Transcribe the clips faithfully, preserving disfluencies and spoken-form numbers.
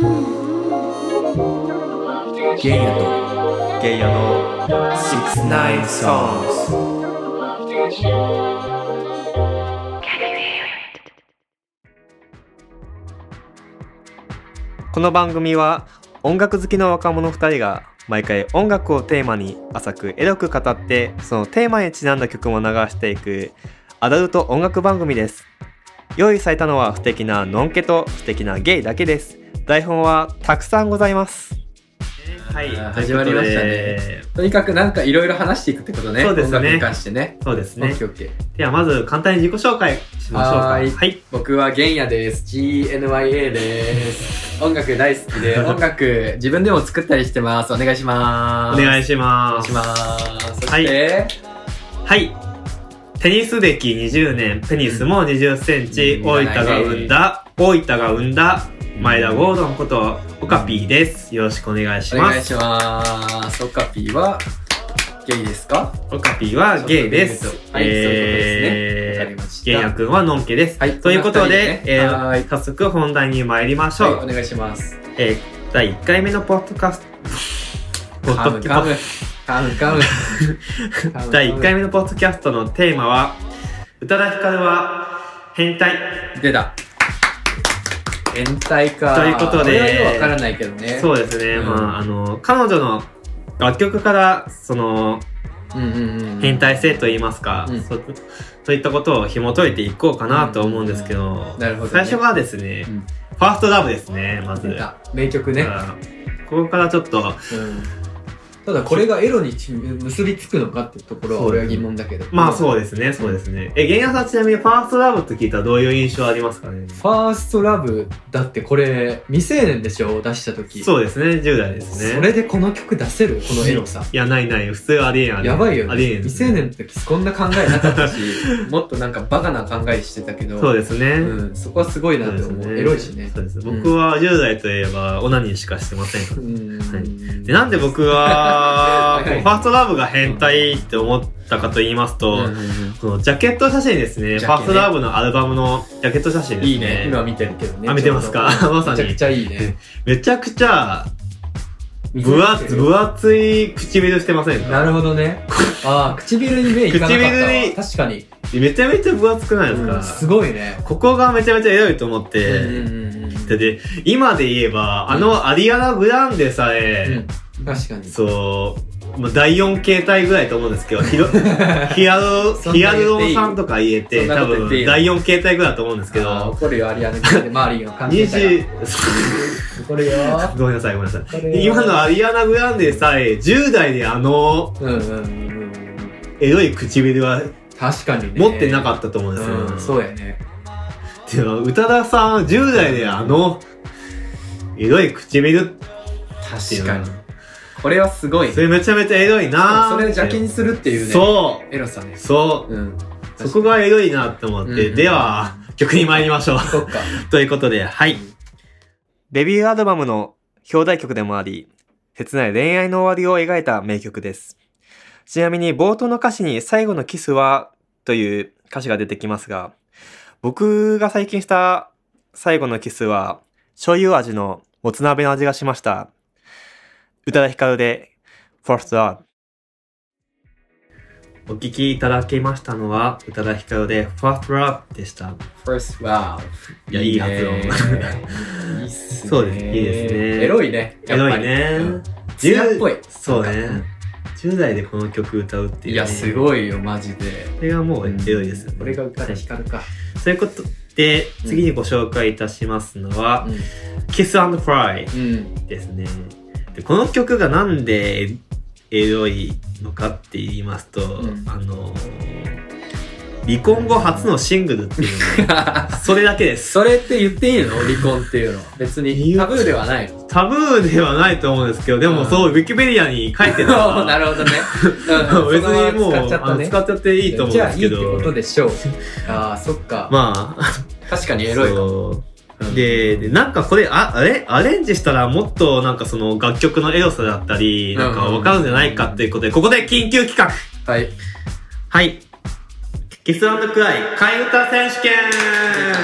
ゲイヤとゲイヤの シックスナイン Songs。 この番組は音楽好きの若者ふたりが毎回音楽をテーマに浅くエロく語って、そのテーマにちなんだ曲も流していくアダルト音楽番組です。用意されたのは素敵なノンケと素敵なゲイだけです。台本はたくさんございます。 はい、始まりましたね。とにかくなんかいろいろ話していくってことね。 そうですね。 音楽に関してね。 そうですね。 オッケーオッケー。 ではまず簡単に自己紹介しましょうか。 はい。 はい、 僕はゲンヤです。ジーエヌワイエー です。音楽大好きで、音楽自分でも作ったりしてます。お願いします。 お願いします。 お願いします。そして、 はい。はい、テニス歴にじゅうねん、ペニスもにじゅっセンチ、うん、大分が生んだ、大分が生んだ、前田ゴードンことオカピーです。よろしくお願いします。 お願いします。オカピーはゲイですか？ オカピーはゲイです。 はい、えー、そういうことですね。わかりました。 ゲイヤ君はノンケです。はい、ということで、ねえー、はい早速本題に参りましょう。 はい、お願いします。 えー、だいいっかいめのポッドキャスト、ポッドキャスト、 カムカムカムだいいっかいめのポッドキャストのテーマは、宇多田ヒカルは変態。 出た。変態か。 ということで、 これはよくわからないけどね。 そうですね。うん、まあ、あの、彼女の楽曲から、その、うんうんうん、変態性といいますか、うん、そ、そういったことを紐解いていこうかなと思うんですけど、うんうんうん、なるほどね、最初がですね、うん、ファーストラブですね、まず。 名曲ね。 ここからちょっと、うんただこれがエロに結びつくのかってところは俺は疑問だけど。 まあそうですね、そうですね。え、ゲンヤさんちなみにファーストラブって聞いたらどういう印象ありますかね？ ファーストラブ、だってこれ未成年でしょ？出した時。 そうですね、じゅう代ですね。 それでこの曲出せる？このエロさ。 いや、ないない、普通ありえんありえん。 やばいよね。 ありえん、 未成年の時こんな考えなかったし、もっとなんかバカな考えしてたけど。 そうですね。 うん、そこはすごいなと思う。ね、エロいしね。 そうです。僕はじゅう代といえばオナニーしかしてませんから。うん、はい。で、なんで僕は、ファーストラブが変態って思ったかと言いますと、うんうんうん、このジャケット写真ですね。ねファーストラブのアルバムのジャケット写真ですね。 いいね。今見てるけどね。 あ、見てますか？まさに。 めちゃくちゃいいね。 めちゃくちゃ、分厚、分厚い唇してませんか？ なるほどね。ああ、唇に目いかなかった。唇に。確かに。 めちゃめちゃ分厚くないですか？ うん、すごいね。 ここがめちゃめちゃエロいと思って。うんうんうん、で、今で言えば、あのアリアナ・グランデさえ、 うん、確かに。 そう、まあ、だいよん形態ぐらいと思うんですけど、ヒロヒアル、ヒアルロンさんとか言えて、多分だいよん形態ぐらいだと思うんですけど。 怒るよ、アリアナ・グランデ。周りの関係者が。怒るよ。 ごめんなさい、ごめんなさい。今のアリアナ・グランデさえ、じゅう代であの、うんうんうん、エロい唇は、 確かにね。 持ってなかったと思うんですよ。 うん、そうやね。 でも、宇多田さん、じゅう代であの、エロい唇。 確かに。これはすごい、ね。 それめちゃめちゃエロいなぁ。 それを邪気にするっていうね。 そう。 エロさね。 そう。うん。そこがエロいなって思って。うんうん、では、曲に参りましょう。 そっか。 ということで、はい。デビューアルバムの表題曲でもあり、切ない恋愛の終わりを描いた名曲です。ちなみに冒頭の歌詞に最後のキスはという歌詞が出てきますが、僕が最近した最後のキスは醤油味のもつ鍋の味がしました。宇多田ヒカルで First Love。 お聴きいただきましたのは宇多田ヒカルで First Love でした。 First Love。 いや、いい発音。 いいっすね。 そうです、いいですね。 エロいね。 エロいね。 じゅうっぽい。 そうね。じゅう代でこの曲歌うっていう、ね、 いや、すごいよ、マジで。 これがもうエロいですよね。 これが宇多田ヒカルか。 そういうことで、次にご紹介いたしますのは、うん、Kiss and Fry ですね。うん、でこの曲がなんでエロいのかって言いますと、うん、あのー、離婚後初のシングルっていうのそれだけです。 それって言っていいの？離婚っていうの。別にタブーではないの？ タブーではないと思うんですけど、でも、うん、そう、ウィキペディアに書いてるから。 なるほどね。 うん、別にもう使っちゃったね、使っちゃっていいと思うんですけど。 じゃあいいってことでしょう。ああ、そっか。 まあ。 確かにエロいかも。 で、で、なんかこれ、あ、あれアレンジしたらもっとなんかその楽曲のエロさだったり、なんかわかるんじゃないかっていうことで、ここで緊急企画。 はい。 はい。キス&クライ替え歌選手権。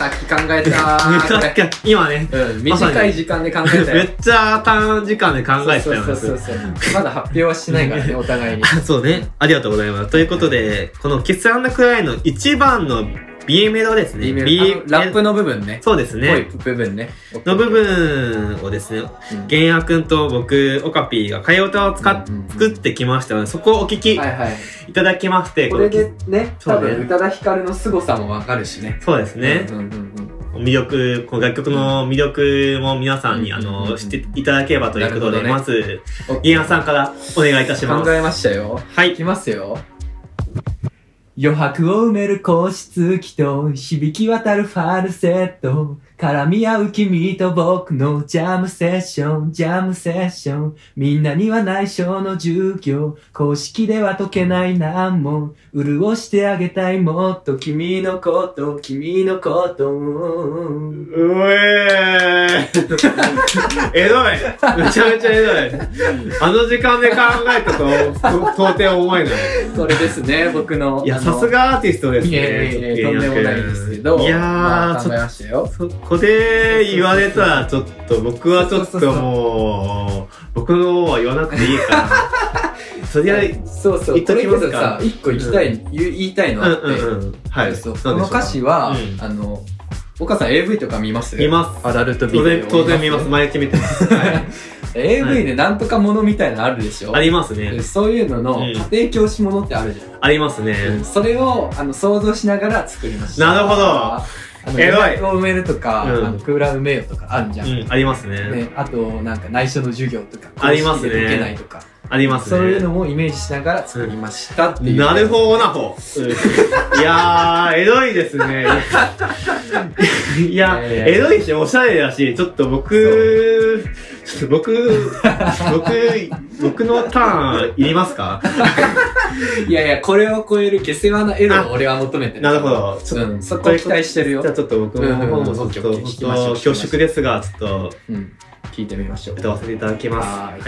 さっき考えたー。これ今ね、 うん、短い時間で考えたよ。 めっちゃ短時間で考えてたよ。 そうそうそうそう。まだ発表はしてないからね、お互いに。 そうね。ありがとうございます。ということで、このキス&クライの一番の B メロですね。 B メロ。B ラップの部分ね。 そうですね。 部分ね。 の部分をですね、玄也くんと僕、オカピーが替え歌を使っ、作ってきましたので、そこをお聞きいただきまして、 これでね、多分宇多田ヒカルの凄さもわかるしね。 そうですね。魅力、この楽曲の魅力も皆さんに、あの、知っていただければということで、まず、玄也さんからお願いいたします。 考えましたよ。はい。いきますよ。余白を埋める加湿器と響き渡るファルセット絡み合う君と僕のジャムセッションジャムセッションみんなには内緒の授業公式では解けない難問潤してあげたいもっと君のこと君のことうえーエロいめちゃめちゃエロいあの時間で考えたと到底思えないこれですね僕のいやさすがアーティストですね。 いやいやいや、とんでもないんですけど。 いやー、 まあ、考えましたよ。 そこで言われたらちょっと、僕はちょっともう、僕のは言わなくていいかな。とりあえず、 そうそう、 言っときますか。 さ、一個言いたい、うん、言いたいのあって、うんうんうん、はい。そうこの歌詞は、うん、あの、お母さん エーブイ とか見ます見ます。 アダルトビデオ。 当然見ます。毎日見てます。はい、 エーブイ でなんとかものみたいなのあるでしょ、 ありますね。 そういうのの家庭教師ものってあるじゃん。 ありますね。 それをあの想像しながら作りました。 なるほど。 あのエロい。を埋めるとか、あのクーラー埋めよとかあるじゃん。 ありますね。 あとなんか内緒の授業とか、 ありますね。 受けないとか。 ありますね。 そういうのもイメージしながら作りましたっていう。 なるほどなほ。いやー、エロいですね。いや、エロいし、おしゃれだし、ちょっと僕、ちょっと僕、僕、僕のターンいりますかいやいや、これを超える下世話なエロを俺は求めてる。 なるほど。 ちょっと、そこ期待してるよ。 じゃあちょっと僕の方もちょっと、恐縮ですが、ちょっと、 聞いてみましょう。 歌わせていただきます。はい。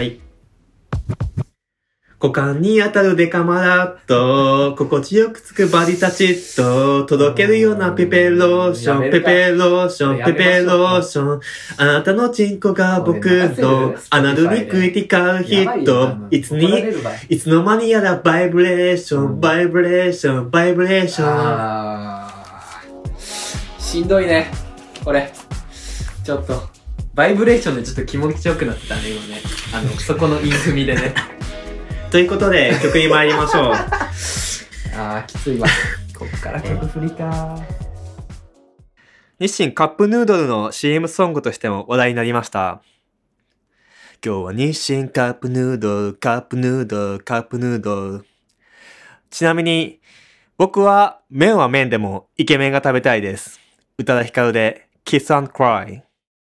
股間に当たるデカマラット、心地よくつくバディタチッと、届けるようなペペローション、ペペローション、ペペローション。あなたのチンコが僕のアナルにクリティカルヒット。いつに、いつの間にやらバイブレーション、バイブレーション、バイブレーション。あー、しんどいね。これ。ちょっと、バイブレーションでちょっと気持ちよくなってたね、今ね。あの、そこのインフミでね。 ということで、曲に参りましょう。 あー、きついわ。こっから曲振りか。 日清カップヌードルの シーエム ソングとしても話題になりました。今日は日清カップヌードル、カップヌードル、カップヌードル。ちなみに、僕は麺は麺でもイケメンが食べたいです。宇多田ヒカルで Kiss and Cry。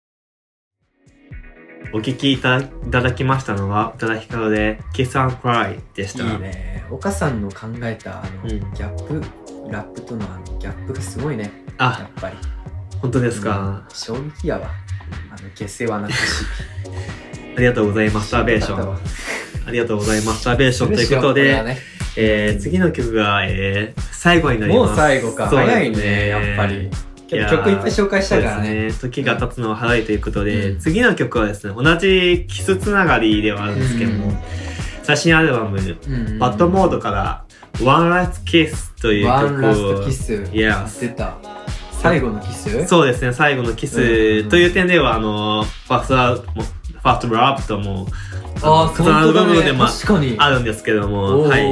お聞きいただきましたのは、宇多田ヒカルで Kiss and Cry でした。 いいね。岡さんの考えたあの、うん、ギャップ、ラップとのあのギャップがすごいね。 あ、 やっぱり。 本当ですか。 うん、衝撃やわ。あの、下世話な歌詞。 ありがとうございます。マスターベーション。ありがとうございます。マスターベーションということで、ねえー、次の曲が、えー、最後になります。 もう最後か。早いね、やっぱり。曲いっぱい紹介したからね。 ね時が経つのは早いということで、うん、次の曲はですね、同じキスつながりではあるんですけども、うん、最新アルバム、うん、バッドモードから One Last Kiss という曲を One Last Kiss、 yes、 出た。最後のキス？ そうですね、最後のキスという点では、あの、ファーストラブ、ファーストラブとも、 ああ、そういう部分でもあるんですけども、はい。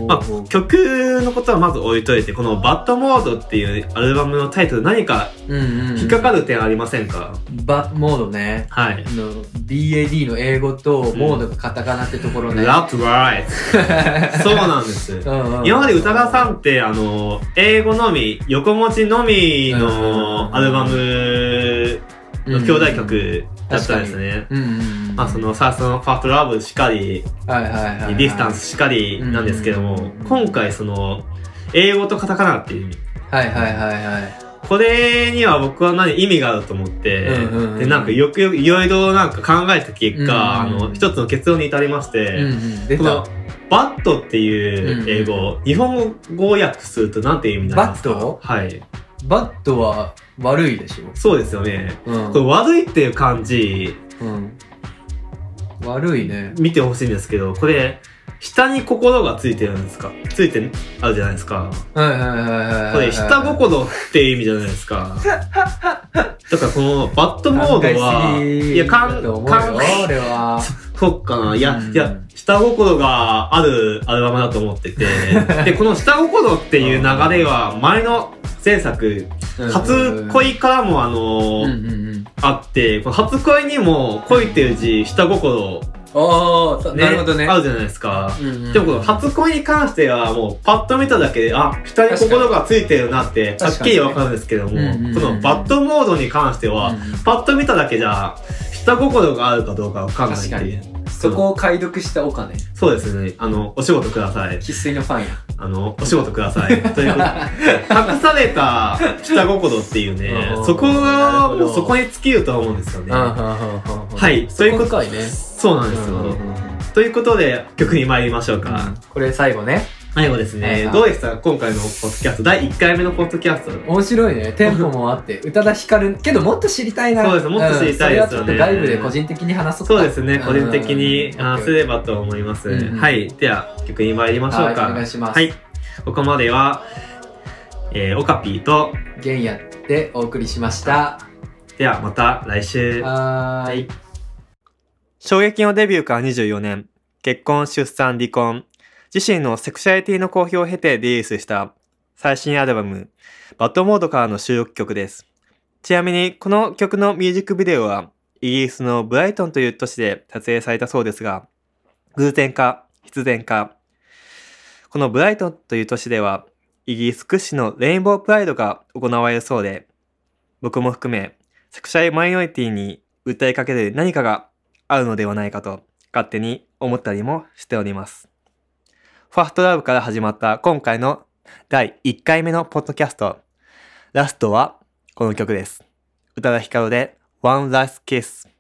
まあ、曲のことはまず置いといて、このバッドモードっていうアルバムのタイトル何か引っかかる点ありませんか？ バッドモードね。 はい。 の ビーエーディー の英語とモードがカタカナってところね。 That's right. そうなんです。今まで宇多田さんって、あの、英語のみ、横文字のみのアルバムの兄弟曲だったんですね。まあそのさ、そのファーストラブしかり、ディスタンスしかりなんですけども、今回その、英語とカタカナっていう意味。 はいはいはいはい。 これには僕は何意味があると思って、で、なんかよくよくいろいろなんか考えた結果、あの、一つの結論に至りまして、この、バットっていう英語、日本語を訳するとなんていう意味になりますか？ バット？ はい。 バッドは悪いでしょ。 そうですよね。 うん。 これ悪いっていう感じ、 うん。悪いね。 見てほしいんですけど、これ、下に心がついてるんですか？ついてあるじゃないですか。 はいはいはいはいはい。 これ、下心っていう意味じゃないですか。だからこのバッドモードは、いや、かん、 かん、俺は。 そっかな。いや、 うん、 いや、下心があるアルバムだと思ってて、で、この下心っていう流れは、前の前作、初恋からもあのー、あって、この初恋にも恋っていう字、下心、 ああ、ね、なるほどね。 あるじゃないですか。うんうん、でもこの初恋に関してはもうパッと見ただけで、あ、下に心がついてるなってはっきりわかるんですけども、ね、このバッドモードに関しては、うんうん、パッと見ただけじゃ下心があるかどうかわかんないっていう。 そこを解読した岡ね。 そうですね。あの、お仕事ください。 生粋のファンや。 あの、お仕事ください。ということで、隠された下心っていうね、そこがもうそこに尽きると思うんですよね。はい。そういうこと。 ね、 そうなんですよ。ということで、曲に参りましょうか。うん、 これ最後ね。 最後ですね。どうでした今回のポッドキャスト。だいいっかいめのポッドキャスト。 面白いね。テンポもあって、宇多田ヒカル、けどもっと知りたいな。 そうです。もっと知りたいですよね。うん、それはちょっと外部で個人的に話そうか。 そうですね。個人的に話せればと思います。うん、はい。では、曲に参りましょうか。 はい、お願いします。 はい。ここまでは、えー、オカピーと、 ゲンヤでお送りしました。 では、また来週。 はーい。 衝撃のデビューからにじゅうよねん。結婚、出産、離婚。自身のセクシャリティの公表を経てリリースした最新アルバム、バッドモードからの収録曲です。ちなみに、この曲のミュージックビデオは、イギリスのブライトンという都市で撮影されたそうですが、偶然か、必然か。このブライトンという都市では、イギリス屈指のレインボープライドが行われるそうで、僕も含め、セクシャルマイノリティに訴えかける何かがあるのではないかと、勝手に思ったりもしております。ファーストラブから始まった今回のだいいっかいめのポッドキャスト。ラストはこの曲です。宇多田ヒカルで One Last Kiss。